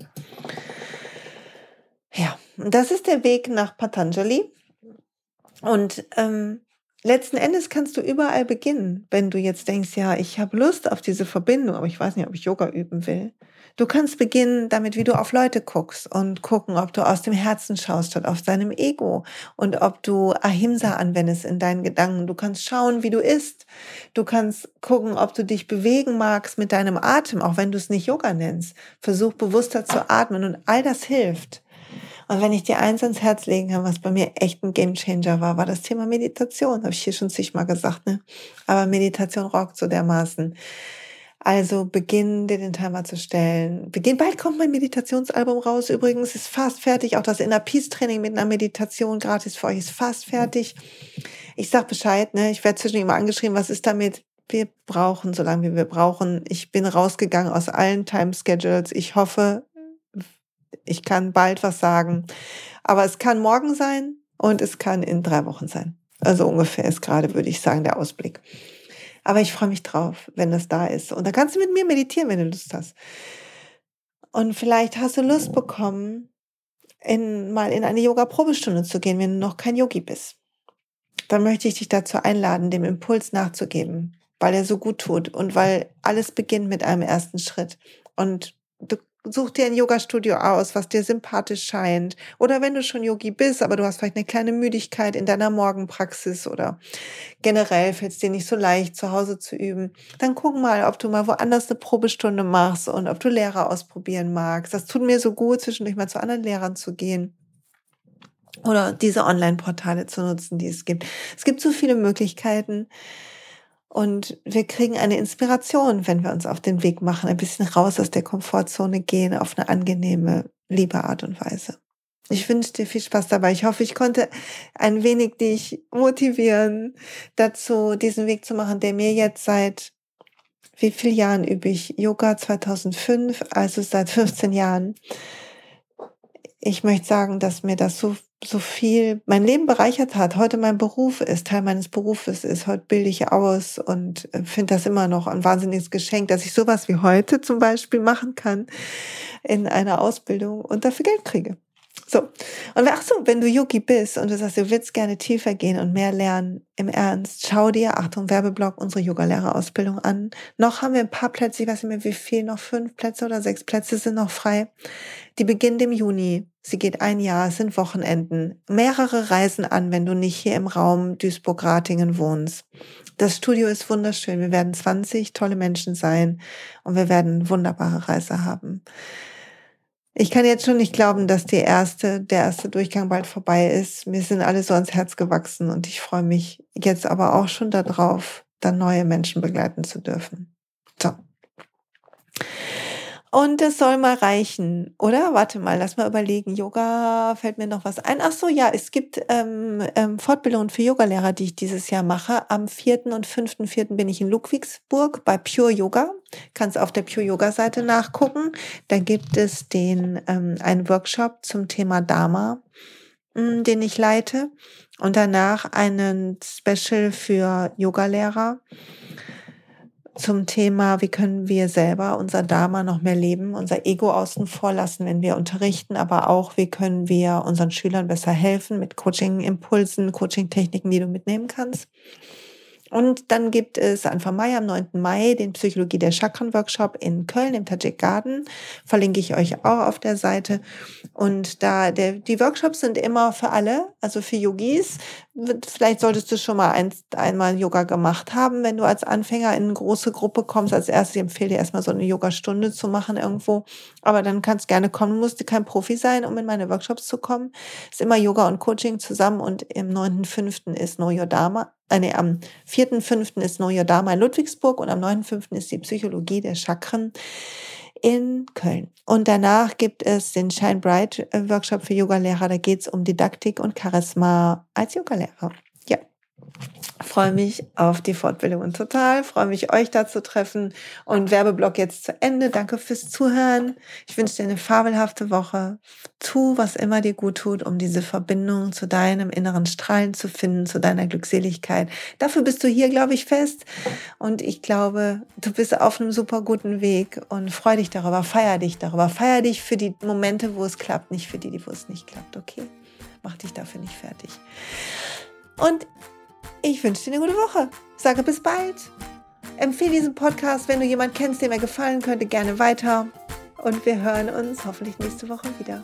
Ja, das ist der Weg nach Patanjali. Und letzten Endes kannst du überall beginnen, wenn du jetzt denkst, ja, ich habe Lust auf diese Verbindung, aber ich weiß nicht, ob ich Yoga üben will. Du kannst beginnen damit, wie du auf Leute guckst und gucken, ob du aus dem Herzen schaust statt aus deinem Ego und ob du Ahimsa anwendest in deinen Gedanken. Du kannst schauen, wie du isst. Du kannst gucken, ob du dich bewegen magst mit deinem Atem, auch wenn du es nicht Yoga nennst. Versuch bewusster zu atmen und all das hilft. Und wenn ich dir eins ans Herz legen kann, was bei mir echt ein Gamechanger war das Thema Meditation. Habe ich hier schon zigmal gesagt, ne? Aber Meditation rockt so dermaßen. Also beginn dir den Timer zu stellen. Bald kommt mein Meditationsalbum raus. Übrigens ist fast fertig. Auch das Inner Peace Training mit einer Meditation gratis für euch ist fast fertig. Ich sag Bescheid, ne? Ich werde zwischendurch immer angeschrieben, was ist damit? Wir brauchen, solange wie wir brauchen. Ich bin rausgegangen aus allen Time Schedules. Ich hoffe, ich kann bald was sagen. Aber es kann morgen sein und es kann in 3 Wochen sein. Also ungefähr ist gerade, würde ich sagen, der Ausblick. Aber ich freue mich drauf, wenn das da ist. Und dann kannst du mit mir meditieren, wenn du Lust hast. Und vielleicht hast du Lust bekommen, mal in eine Yoga-Probestunde zu gehen, wenn du noch kein Yogi bist. Dann möchte ich dich dazu einladen, dem Impuls nachzugeben, weil er so gut tut und weil alles beginnt mit einem ersten Schritt. Und du such dir ein Yoga-Studio aus, was dir sympathisch scheint. Oder wenn du schon Yogi bist, aber du hast vielleicht eine kleine Müdigkeit in deiner Morgenpraxis oder generell fällt es dir nicht so leicht, zu Hause zu üben, dann guck mal, ob du mal woanders eine Probestunde machst und ob du Lehrer ausprobieren magst. Das tut mir so gut, zwischendurch mal zu anderen Lehrern zu gehen. Oder diese Online-Portale zu nutzen, die es gibt. Es gibt so viele Möglichkeiten und wir kriegen eine Inspiration, wenn wir uns auf den Weg machen, ein bisschen raus aus der Komfortzone gehen, auf eine angenehme, liebe Art und Weise. Ich wünsche dir viel Spaß dabei. Ich hoffe, ich konnte ein wenig dich motivieren, dazu diesen Weg zu machen, der mir jetzt seit wie vielen Jahren übe ich? Yoga 2005, also seit 15 Jahren. Ich möchte sagen, dass mir das so viel mein Leben bereichert hat. Heute mein Beruf ist, Teil meines Berufes ist. Heute bilde ich aus und finde das immer noch ein wahnsinniges Geschenk, dass ich sowas wie heute zum Beispiel machen kann in einer Ausbildung und dafür Geld kriege. So. Und wenn du Yogi bist und du sagst, du willst gerne tiefer gehen und mehr lernen, im Ernst, schau dir, Achtung, Werbeblock, unsere Yogalehrerausbildung an. Noch haben wir ein paar Plätze, ich weiß nicht mehr wie viel, noch 5 Plätze oder 6 Plätze sind noch frei. Die beginnt im Juni. Sie geht 1 Jahr, es sind Wochenenden. Mehrere reisen an, wenn du nicht hier im Raum Duisburg-Ratingen wohnst. Das Studio ist wunderschön. Wir werden 20 tolle Menschen sein und wir werden eine wunderbare Reise haben. Ich kann jetzt schon nicht glauben, dass der erste Durchgang bald vorbei ist. Mir sind alle so ans Herz gewachsen und ich freue mich jetzt aber auch schon darauf, dann neue Menschen begleiten zu dürfen. So. Und es soll mal reichen, oder? Warte mal, lass mal überlegen. Yoga, fällt mir noch was ein? Ach so, ja, es gibt Fortbildungen für Yogalehrer, die ich dieses Jahr mache. Am 4. und 5.4. bin ich in Ludwigsburg bei Pure Yoga. Kannst auf der Pure Yoga Seite nachgucken. Da gibt es einen Workshop zum Thema Dharma, den ich leite. Und danach einen Special für Yogalehrer zum Thema, wie können wir selber unser Dharma noch mehr leben, unser Ego außen vor lassen, wenn wir unterrichten, aber auch, wie können wir unseren Schülern besser helfen mit Coaching-Impulsen, Coaching-Techniken, die du mitnehmen kannst. Und dann gibt es Anfang Mai, am 9. Mai, den Psychologie der Chakren-Workshop in Köln im Tajik Garden. Verlinke ich euch auch auf der Seite. Und die Workshops sind immer für alle, also für Yogis. Vielleicht solltest du schon mal einmal Yoga gemacht haben, wenn du als Anfänger in eine große Gruppe kommst. Als erstes, ich empfehle dir erstmal so eine Yogastunde zu machen irgendwo. Aber dann kannst gerne kommen. Du musst kein Profi sein, um in meine Workshops zu kommen. Es ist immer Yoga und Coaching zusammen und im 9.5. ist Know Your Dharma. Am 4.5. ist Know Your Dharma in Ludwigsburg und am 9.5. ist die Psychologie der Chakren in Köln. Und danach gibt es den Shine Bright Workshop für Yogalehrer. Da geht es um Didaktik und Charisma als Yogalehrer. Ja, freue mich auf die Fortbildungen total, freue mich, euch da zu treffen und Werbeblock jetzt zu Ende. Danke fürs Zuhören. Ich wünsche dir eine fabelhafte Woche. Tu, was immer dir gut tut, um diese Verbindung zu deinem inneren Strahlen zu finden, zu deiner Glückseligkeit. Dafür bist du hier, glaube ich, fest und ich glaube, du bist auf einem super guten Weg und freu dich darüber, feier dich für die Momente, wo es klappt, nicht für die, wo es nicht klappt, okay? Mach dich dafür nicht fertig. Und ich wünsche dir eine gute Woche. Sage bis bald. Empfehle diesen Podcast, wenn du jemanden kennst, dem er gefallen könnte, gerne weiter. Und wir hören uns hoffentlich nächste Woche wieder.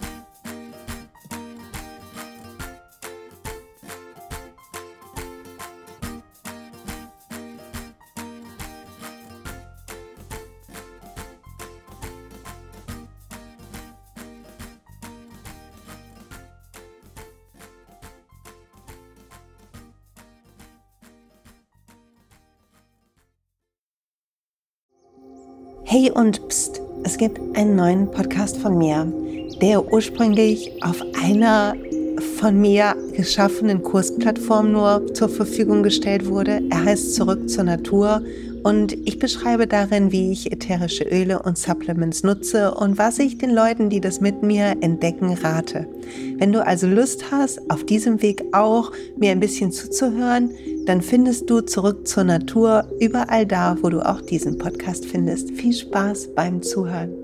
Hey und pst, es gibt einen neuen Podcast von mir, der ursprünglich auf einer von mir geschaffenen Kursplattform nur zur Verfügung gestellt wurde. Er heißt Zurück zur Natur Und ich beschreibe darin, wie ich ätherische Öle und Supplements nutze und was ich den Leuten, die das mit mir entdecken, rate. Wenn du also Lust hast, auf diesem Weg auch mir ein bisschen zuzuhören, dann findest du Zurück zur Natur überall da, wo du auch diesen Podcast findest. Viel Spaß beim Zuhören.